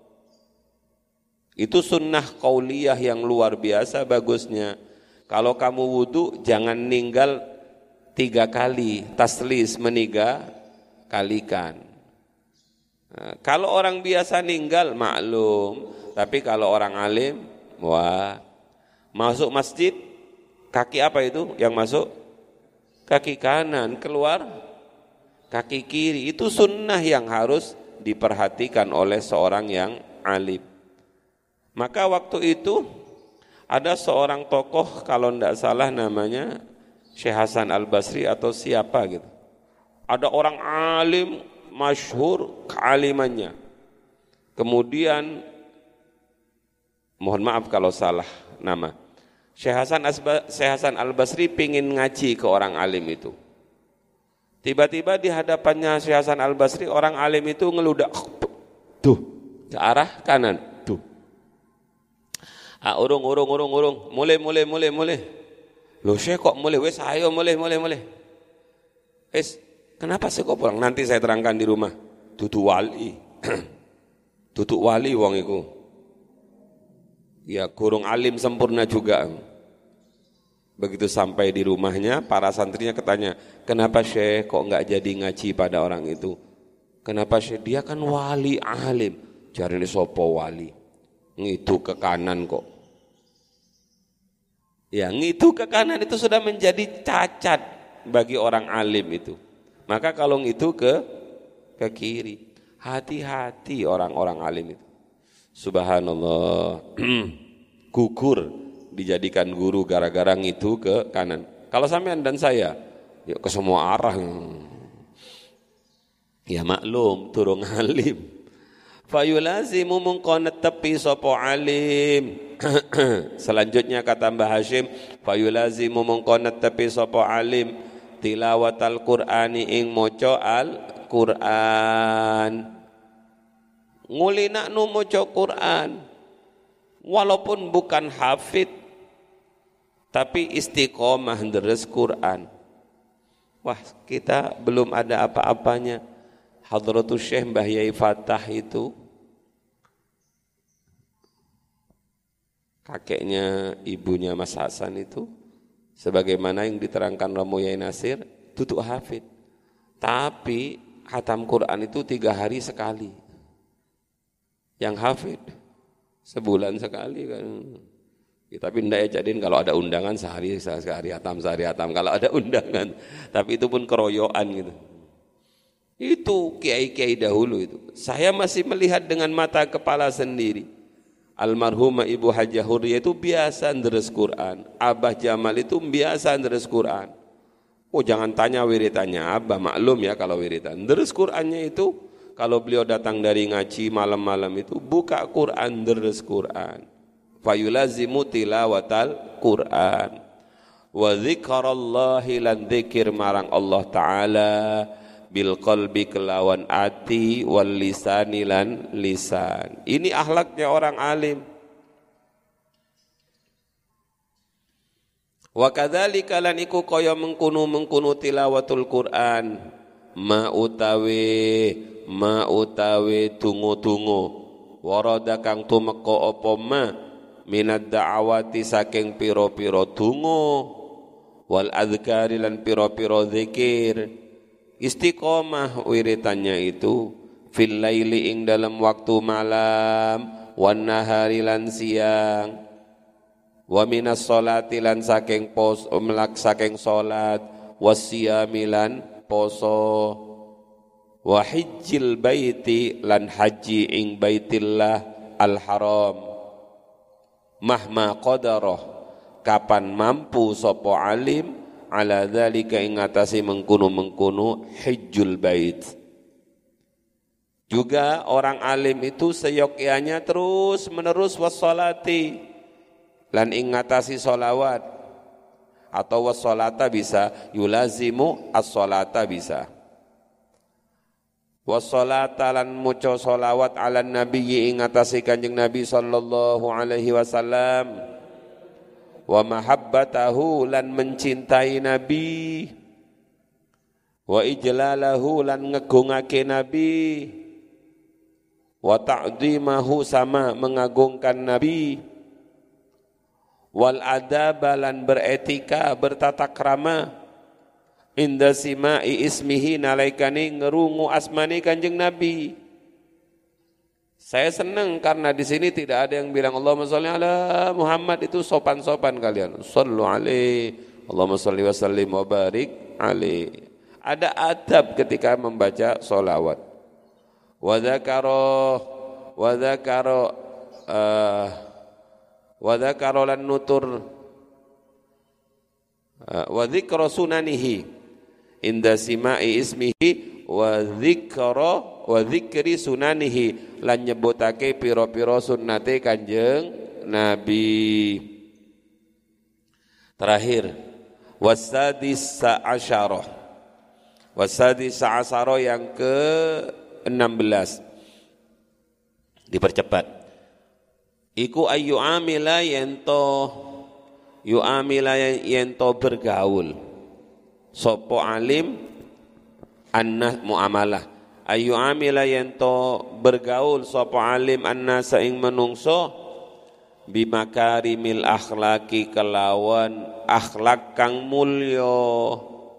Itu sunnah qauliyah yang luar biasa bagusnya. Kalau kamu wudu jangan ninggal tiga kali, taslis meniga kalikan. Nah, kalau orang biasa ninggal maklum, tapi kalau orang alim, wah, masuk masjid kaki apa itu yang masuk? Kaki kanan, keluar kaki kiri. Itu sunnah yang harus diperhatikan oleh seorang yang alim. Maka waktu itu ada seorang tokoh kalau tidak salah namanya Syekh Hasan Al-Basri atau siapa gitu. Ada orang alim masyhur kealimannya. Kemudian mohon maaf kalau salah nama. Syekh Hasan Syekh Hasan Al-Basri pingin ngaji ke orang alim itu. Tiba-tiba di hadapannya Syekh Hasan Al-Basri orang alim itu ngeludak tuh ke arah kanan tuh. Ah urung urung urung urung mulai mulai mulai mulai. Loh Syekh kok mulai, wes ayo mulai, mulai, mulai. Wes, kenapa sih kok pulang? Nanti saya terangkan di rumah. Tutu wali. Tutu wali wong iku. Ya kurung alim sempurna juga. Begitu sampai di rumahnya, para santrinya katanya, kenapa Syekh kok enggak jadi ngaji pada orang itu? Kenapa Syekh? Dia kan wali alim. Jarine sopo wali. Ngitu ke kanan kok. Ya, ngitu ke kanan itu sudah menjadi cacat bagi orang alim itu. Maka kalau ngitu ke ke kiri, hati-hati orang-orang alim itu. Subhanallah, gugur dijadikan guru gara-gara ngitu ke kanan. Kalau sampean dan saya, yuk ke semua arah. Ya maklum, turun alim. Fayulazimu mungkona tepi sopo alim. Selanjutnya kata Mbah Hashim, fayulazimu mungkona tepi sopo alim tilawatal Qur'ani ing moco al-Qur'an. Ngulina nu moco Qur'an walaupun bukan hafid tapi istiqomah deres Qur'an. Wah, kita belum ada apa-apanya. Hadratus Syekh Mbah Yai Fatah itu kakeknya ibunya Mas Hasan itu sebagaimana yang diterangkan Romo Yai Nasir tutuk hafid, tapi khatam Quran itu tiga hari sekali, yang hafid sebulan sekali kan. Ya, tapi tidak ya jadiin kalau ada undangan sehari sehari hatam sehari hatam kalau ada undangan, tapi itu pun keroyokan gitu. Itu kiai-kiai dahulu itu. Saya masih melihat dengan mata kepala sendiri. Almarhumah Ibu Hajah Hurriyah itu biasa deres Quran. Abah Jamal itu biasa deres Quran. Oh jangan tanya wiritannya Abah, maklum ya kalau wiritan. Deres Qurannya itu kalau beliau datang dari ngaji malam-malam itu buka Quran, deres Quran. Fayulazimu tilawatal Quran. wa dzikrallahi lan dzikir marang Allah taala bil qalbi kelawan ati wal lisani lan lisan. Ini akhlaknya orang alim. Wa kadzalika lan iku kaya mengkunu-mengkunu tilawatul Quran ma utawi ma utawi tungo-tungo warada kang tumeka apa ma minad da'awati saking pira-pira tungo wal adzkari lan pira-pira zikir istiqomah wiritannya itu fil laili ing dalam waktu malam wan nahari lan siang wa minas sholati lan saking pos umlak saking salat wasiyami lan poso wa hajjil baiti lan haji ing baitillah al haram mahma qadarah kapan mampu sapa alim ala dzalika ing atase mengkono-mengkono hajjul bait. Juga orang alim itu seyogyanya terus menerus wassalati lan ing ngatasi sholawat atau wassolata bisa yulazimu as-sholata bisa wassolata lan muco sholawat ala nabi ing ngatasi kanjeng Nabi sallallahu alaihi wasallam wa mahabbatahu lan mencintai Nabi wa ijlalahu lan ngegungake Nabi wa ta'dhimahu sama mengagungkan Nabi wal adaba lan beretika bertata krama inda simai ismihi nalaikani ngerungu asmani kanjeng Nabi. Saya senang karena di sini tidak ada yang bilang Allahumma sholli ala Muhammad itu sopan-sopan kalian. Shallu alaihi Allahumma sholli wa sallim wa barik alaihi. Ada adab ketika membaca sholawat. Wa dzakara wa dzakara uh, wa dzakara lan nutur wa dzikra sunanihi inda simai ismihi wa dzikra wa dzikri sunanihi lan nyebutake pira-pira sunnate Kanjeng Nabi. Terakhir wasadis asyarah wasadis asyarah yang ke enam belas dipercepat. Iku ayu amila yento yu amila yento bergaul sopo alim annas muamalah ayu amila yento bergaul sopo alim annas ing menungso bimakarimil akhlaki kelawan akhlak kang mulya.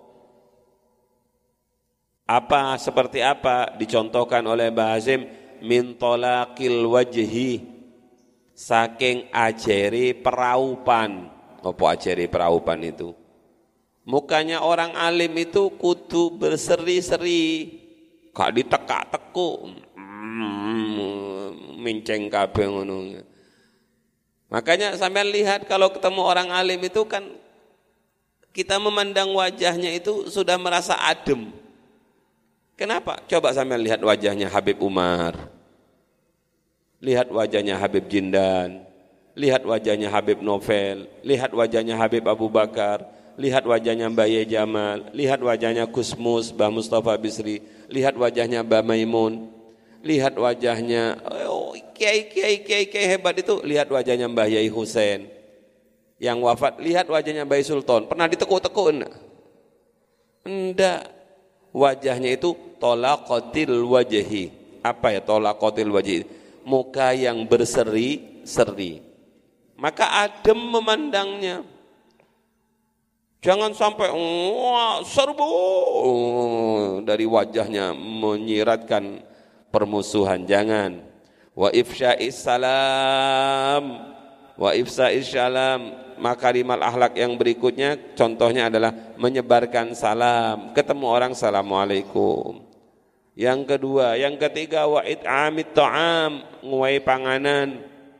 Apa seperti apa dicontohkan oleh Mbah Hazim min talaqil wajhi saking ajeri peraupan. Apa ajeri peraupan itu? Mukanya orang alim itu kudu berseri-seri, gak ditekak-tekuk, hmm, minceng kabeh ngono. Makanya sampean lihat kalau ketemu orang alim itu kan kita memandang wajahnya itu sudah merasa adem. Kenapa? Coba sampean lihat wajahnya Habib Umar. Lihat wajahnya Habib Jindan, lihat wajahnya Habib Novel, lihat wajahnya Habib Abu Bakar, lihat wajahnya Mbah Ye Jamal, lihat wajahnya Gusmus, Mbah Mustafa Bisri, lihat wajahnya Mbah Maimun, lihat wajahnya oh, kiai kiai kiai kiai hebat itu, lihat wajahnya Mbah Yai Husain yang wafat, lihat wajahnya Mbah Sultan. Pernah ditekuk-tekuk enggak? Enggak. Wajahnya itu tolaqatil wajhi. Apa ya tolaqatil wajhi? Muka yang berseri-seri. Maka adem memandangnya. Jangan sampai wah serbu dari wajahnya menyiratkan permusuhan. Jangan. Wa ifsya'is salam, wa ifsya'is salam. Makarimal akhlak yang berikutnya contohnya adalah menyebarkan salam. Ketemu orang assalamualaikum. Yang kedua, yang ketiga wa it'amit ta'am, nguwai panganan.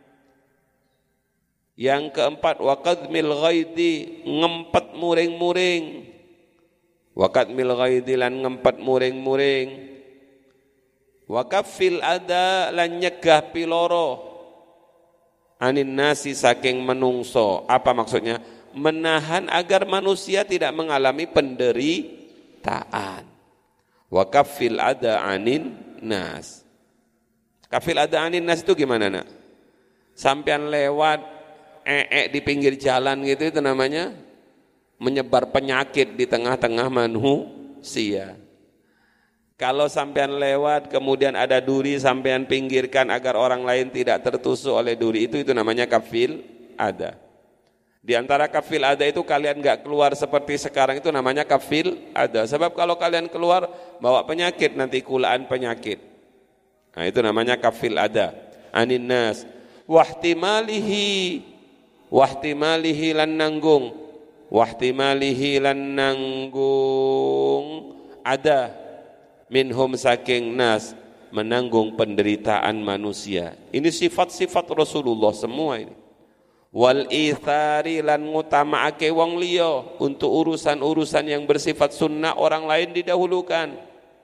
Yang keempat wa qadmil ghaidi, ngempet muring-muring. Wa qadmil ghaidi lan ngempet muring-muring. Wa kaffil ada lan nyegah piloro. Anin nasi saking menungso. Apa maksudnya? menahan agar manusia tidak mengalami penderitaan. Wa kaffil ada anin nas. Kafil ada anin nas itu gimana nak? Sampean lewat ee di pinggir jalan gitu, itu namanya menyebar penyakit di tengah-tengah manusia. Kalau sampean lewat kemudian ada duri, sampean pinggirkan agar orang lain tidak tertusuk oleh duri, itu itu namanya kafil ada. Di antara kafil ada itu kalian enggak keluar seperti sekarang, itu namanya kafil ada. Sebab kalau kalian keluar bawa penyakit, nanti kulaan penyakit. Nah, itu namanya kafil ada. Anin nas wahtimalihi wahtimalihi lan nanggung wahtimalihi lan nanggung ada minhum saking nas, menanggung penderitaan manusia. Ini sifat-sifat Rasulullah semua ini. Wal ithari lan ngutamaake wong liya, untuk urusan-urusan yang bersifat sunnah orang lain didahulukan.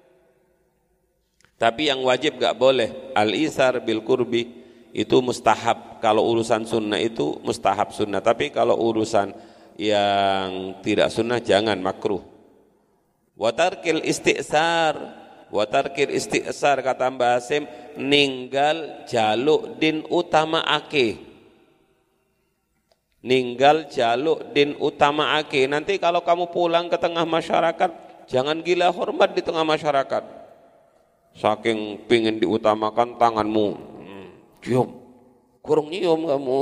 Tapi yang wajib gak boleh, al-ithar bil qurbi, itu mustahab. Kalau urusan sunnah itu mustahab sunnah, tapi kalau urusan yang tidak sunnah jangan, makruh. Wa tarkil isti'sar, wa tarkil isti'sar kata Mbah Hasim, ninggal jaluk din utamaake. Ninggal jaluk din utamaake. Nanti kalau kamu pulang ke tengah masyarakat, jangan gila hormat di tengah masyarakat. Saking pingin diutamakan tanganmu, cium, kurang nyium kamu.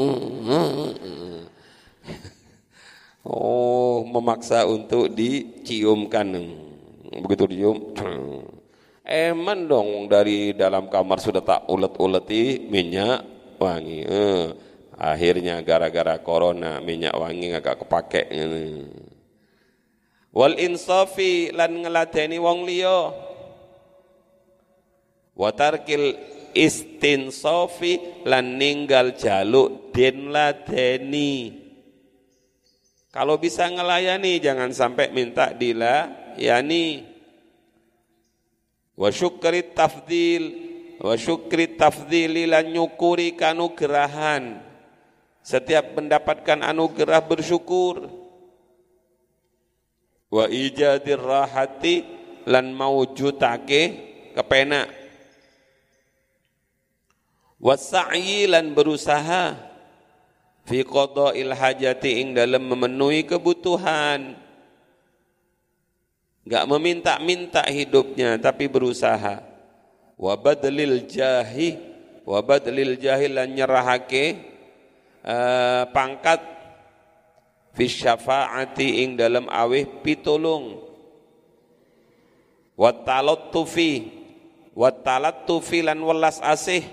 Oh, memaksa untuk diciumkan. Begitu dicium, eman dong, dari dalam kamar sudah tak ulet-uleti minyak wangi. Eh. Akhirnya gara-gara corona minyak wangi agak kepake. Wal insafi lan ngeladeni wong liya. Wa tarkil istinsafi lan ninggal jaluk den ladeni. Kalau bisa ngelayani jangan sampai minta dilayani. Wa syukri tafdil wa syukri tafdili lan nyukuri kanugrahan. Setiap mendapatkan anugerah bersyukur. Wa ijadir rahati lan maujudake kepenak. Wa sa'yi lan berusaha fi qada'il hajati ing dalam memenuhi kebutuhan. Enggak meminta-minta hidupnya tapi berusaha. Wa badlil jahi wa badlil jahi lan nyerahake Uh, pangkat fi syafaati ing dalam awih pitulung, wa talattufi wa talattufi lan welas asih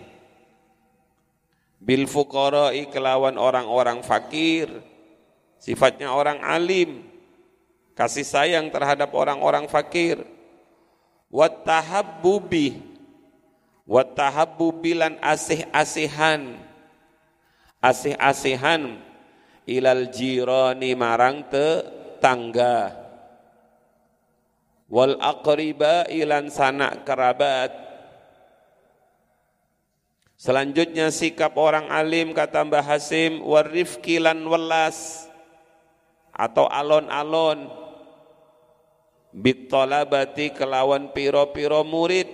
bil fuqara'i kelawan orang-orang fakir. Sifatnya orang alim, kasih sayang terhadap orang-orang fakir. Wa tahabbubi wa tahabbubi lan asih-asihan, asih-asihan ilal jirani marang tetangga, wal aqriba ilan sanak kerabat. Selanjutnya sikap orang alim kata Mbah Hasim, warifki lan welas atau alon-alon bitolabati kelawan piro-piro murid,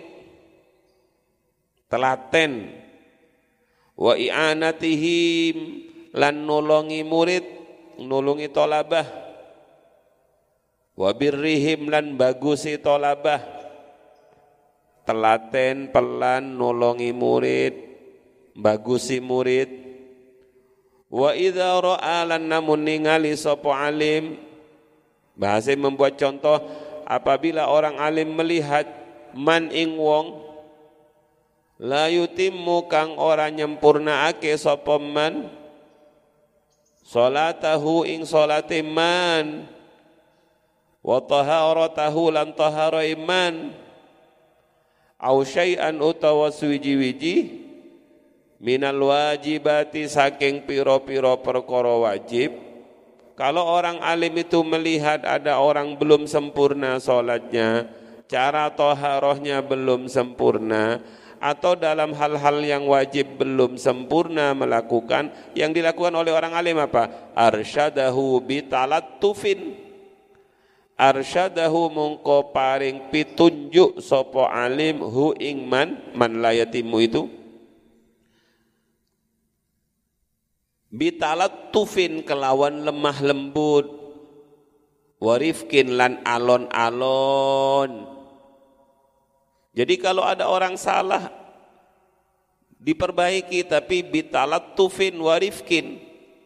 telaten. Wa i'anatihim lan nulungi murid, nulungi tolabah. Wa birrihim lan bagusi tolabah, telaten pelan nulungi murid, bagusi murid. Wa idza ra'a lan namun ningali sapa alim, bahasa membuat contoh, apabila orang alim melihat man ing wong la yutimmu kang ora nyempurnaake sapa man salatahu ing salate man wa taharatahu lan tahara iman au syai'an utawa suwiji-wiji minal wajibati saking piro-piro perkara wajib. Kalau orang alim itu melihat ada orang belum sempurna salatnya, cara taharahnya belum sempurna, atau dalam hal-hal yang wajib belum sempurna melakukan, yang dilakukan oleh orang alim apa? Arsyadahu bitalattufin, arsyadahu mongko paring pitunjuk sopo alim hu ing man man layatimu itu bitalattufin kelawan lemah lembut, warifkin lan alon-alon. Jadi kalau ada orang salah diperbaiki, tapi bitalattufin warifkin.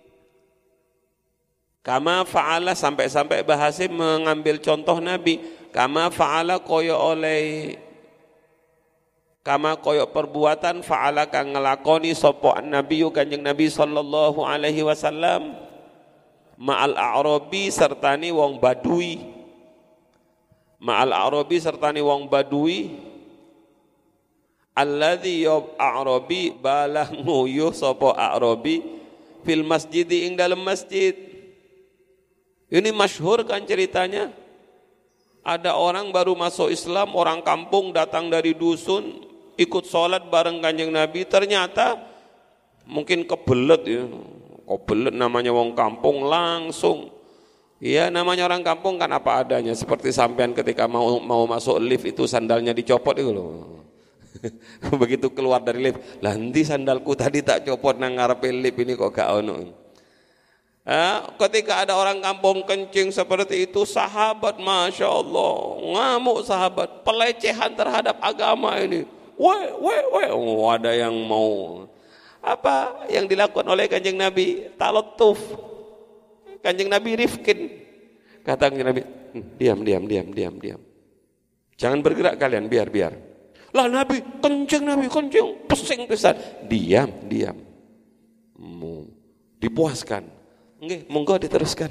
Kama fa'ala, sampai-sampai bahasa mengambil contoh Nabi. Kama fa'ala koyo oleh, kama koyo perbuatan fa'ala kang ngelakoni sopo Nabi kanjeng Nabi sallallahu alaihi wasallam ma'al a'rabi sertani wong badui, ma'al a'rabi sertani wong badui alladzi yob a'rabi balah nguyuh sopo a'rabi fil masjidi ing dalam masjid. Ini masyhur kan ceritanya, ada orang baru masuk Islam, orang kampung datang dari dusun ikut sholat bareng kanjeng Nabi, ternyata mungkin kebelet ya, kebelet namanya wong kampung langsung. Ya namanya orang kampung kan apa adanya, seperti sampean ketika mau mau masuk lift itu sandalnya dicopot itu loh. Begitu keluar dari lift, lah nanti sandalku tadi tak copot nang ngarepe lift ini kok gak ono. Ah, ketika ada orang kampung kencing seperti itu, sahabat Masya Allah ngamuk sahabat, pelecehan terhadap agama ini. Weh, weh, weh, oh, ada yang mau apa yang dilakukan oleh kanjeng Nabi? Talattuf. Kanjeng Nabi rifkin. Kata kanjeng Nabi, diam, diam, diam, diam, diam. Jangan bergerak kalian, biar, biar. Lah Nabi, kencing Nabi, kencing, pusing pisan. Diam, diam. Mau dipuaskan. Nggih, monggo diteruskan.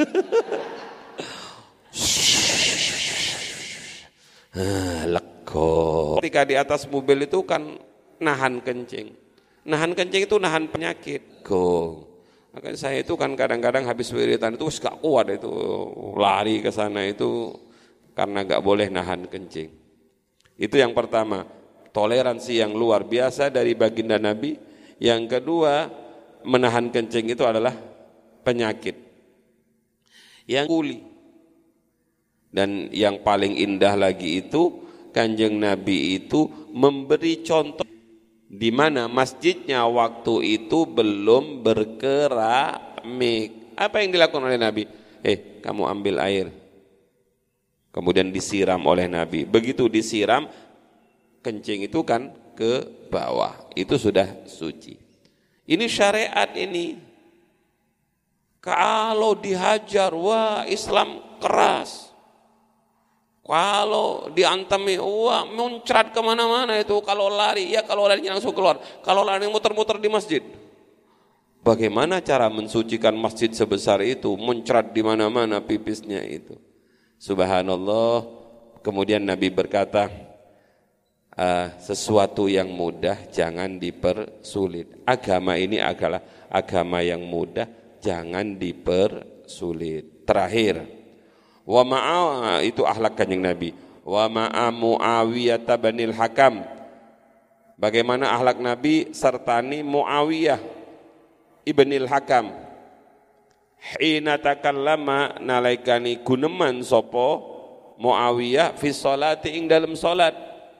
ah, lego. Ketika di atas mobil itu kan nahan kencing. Nahan kencing itu nahan penyakit. Go. Makanya saya itu kan kadang-kadang habis wiridan itu gak kuat itu lari ke sana itu karena gak boleh nahan kencing. Itu yang pertama, toleransi yang luar biasa dari baginda Nabi. Yang kedua, menahan kencing itu adalah penyakit. Yang kuli. Dan yang paling indah lagi itu, kanjeng Nabi itu memberi contoh di mana masjidnya waktu itu belum berkeramik. Apa yang dilakukan oleh Nabi? Eh, kamu ambil air. Kemudian disiram oleh Nabi. Begitu disiram, kencing itu kan ke bawah. Itu sudah suci. Ini syariat ini. Kalau dihajar, wah Islam keras. Kalau diantemi, wah muncrat kemana-mana itu. Kalau lari, ya kalau larinya langsung keluar. Kalau lari muter-muter di masjid. Bagaimana cara mensucikan masjid sebesar itu? Muncrat di mana-mana pipisnya itu. Subhanallah. Kemudian Nabi berkata, uh, sesuatu yang mudah jangan dipersulit. Agama ini adalah agama yang mudah, jangan dipersulit. Terakhir, wa ma'a, itu akhlak kanjeng Nabi. Wa ma'a Muawiyah binil Hakam. Bagaimana akhlak Nabi sertani Muawiyah ibnil Hakam. Hina takallama nalaikani guneman sopo Muawiyah fi sholati ing dalam solat.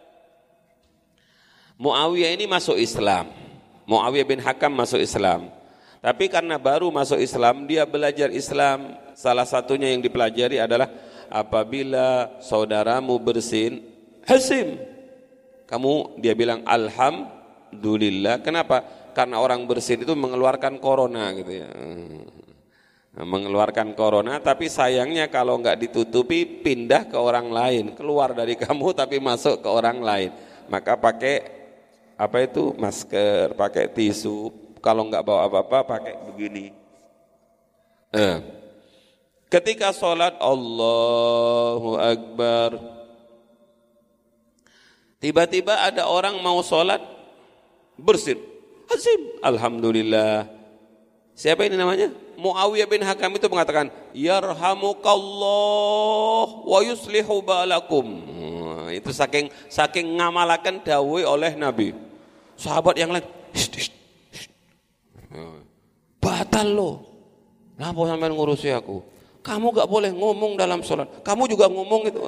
Muawiyah ini masuk Islam. Muawiyah bin Hakam masuk Islam. Tapi karena baru masuk Islam, dia belajar Islam. Salah satunya yang dipelajari adalah apabila saudaramu bersin, hasim. Kamu, dia bilang alhamdulillah. Kenapa? Karena orang bersin itu mengeluarkan corona gitu ya. Mengeluarkan corona, tapi sayangnya kalau enggak ditutupi pindah ke orang lain, keluar dari kamu tapi masuk ke orang lain. Maka pakai apa itu masker, pakai tisu. Kalau enggak bawa apa-apa pakai begini. Eh. Ketika sholat Allahu Akbar, tiba-tiba ada orang mau sholat bersin, hasim, alhamdulillah. Siapa ini namanya? Muawiyah bin Hakam itu mengatakan, yarhamukallah wa yuslihu balakum. Nah, itu saking saking ngamalaken dawuh oleh Nabi. Sahabat yang lain, shh, shh, shh. Batal lo. Kenapa sampean ngurusi aku? Kamu gak boleh ngomong dalam sholat. Kamu juga ngomong itu.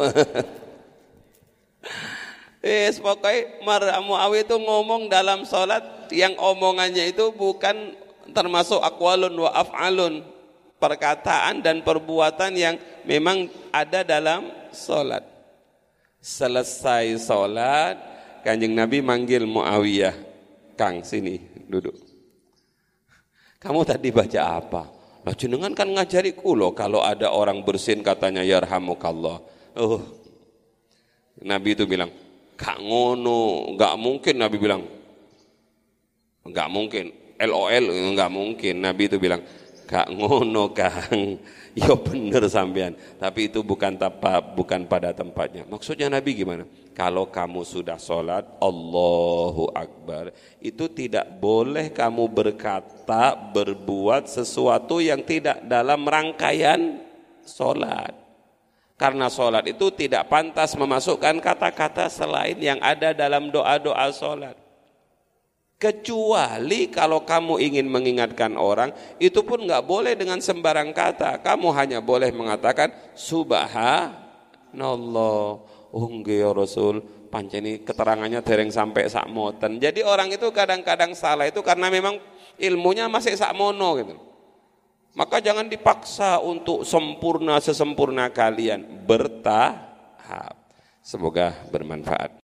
Yes, pokoknya Muawiyah itu ngomong dalam sholat yang omongannya itu bukan termasuk aqwalun wa af'alun, perkataan dan perbuatan yang memang ada dalam sholat. Selesai sholat, Kanjeng Nabi manggil Muawiyah, Kang sini duduk. Kamu tadi baca apa? Lah jenengan kan ngajari kulo kalau ada orang bersin katanya yarhamukallah. Oh, Nabi itu bilang, gak ngono, gak mungkin. Nabi bilang, gak mungkin. L O L gak mungkin. Nabi itu bilang, gak ngono Kang. Ya bener sampean, tapi itu bukan tepat, bukan pada tempatnya. Maksudnya Nabi gimana? Kalau kamu sudah sholat, Allahu Akbar, itu tidak boleh kamu berkata, berbuat sesuatu yang tidak dalam rangkaian sholat. Karena sholat itu tidak pantas memasukkan kata-kata selain yang ada dalam doa-doa sholat. Kecuali kalau kamu ingin mengingatkan orang, itu pun nggak boleh dengan sembarang kata. Kamu hanya boleh mengatakan subhanallah. Oh nggih ya Rasul, panceni keterangannya dereng sampai sak moten. Jadi orang itu kadang-kadang salah itu karena memang ilmunya masih sak mono gitu. Maka jangan dipaksa untuk sempurna sesempurna kalian, bertahap. Semoga bermanfaat.